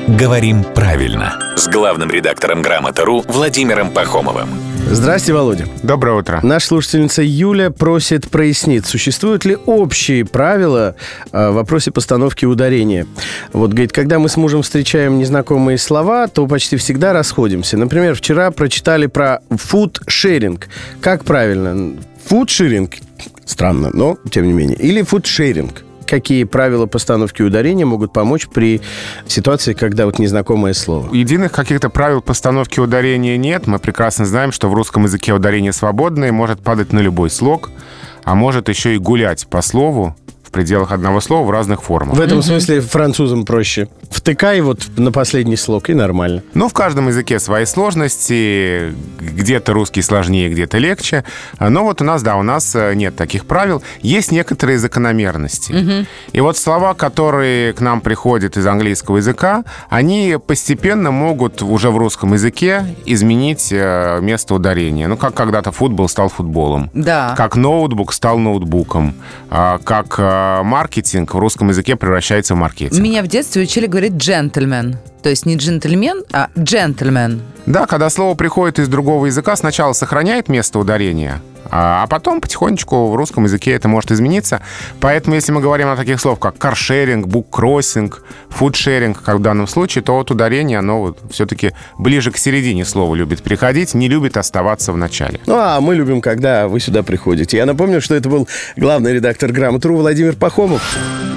«Говорим правильно» с главным редактором «Грамоты.ру» Владимиром Пахомовым. Здрасте, Володя. Доброе утро. Наша слушательница Юля просит прояснить, существуют ли общие правила в вопросе постановки ударения. Вот, говорит, когда мы с мужем встречаем незнакомые слова, то почти всегда расходимся. Например, вчера прочитали про фуд-шеринг. Как правильно? Фуд-шеринг? Странно, но тем не менее. Или фуд-шеринг? Какие правила постановки ударения могут помочь при ситуации, когда вот незнакомое слово? Единых каких-то правил постановки ударения нет. Мы прекрасно знаем, что в русском языке ударение свободное, может падать на любой слог, а может еще и гулять по слову в пределах одного слова в разных формах. В этом смысле французам проще. Втыкай вот на последний слог, и нормально. Но в каждом языке свои сложности. Где-то русский сложнее, где-то легче. Но вот у нас нет таких правил. Есть некоторые закономерности. И вот слова, которые к нам приходят из английского языка, они постепенно могут уже в русском языке изменить место ударения. Ну, как когда-то футбол стал футболом. Да. Как ноутбук стал ноутбуком. Как маркетинг в русском языке превращается в маркетинг. Меня в детстве учили говорить «джентльмен». То есть не джентльмен, а джентльмен. Да, когда слово приходит из другого языка, сначала сохраняет место ударения, а потом потихонечку в русском языке это может измениться. Поэтому, если мы говорим о таких словах, как каршеринг, буккроссинг, фудшеринг, как в данном случае, то вот ударение, оно вот все-таки ближе к середине слова любит приходить, не любит оставаться в начале. Ну, а мы любим, когда вы сюда приходите. Я напомню, что это был главный редактор «Грамоты.ру» Владимир Пахомов.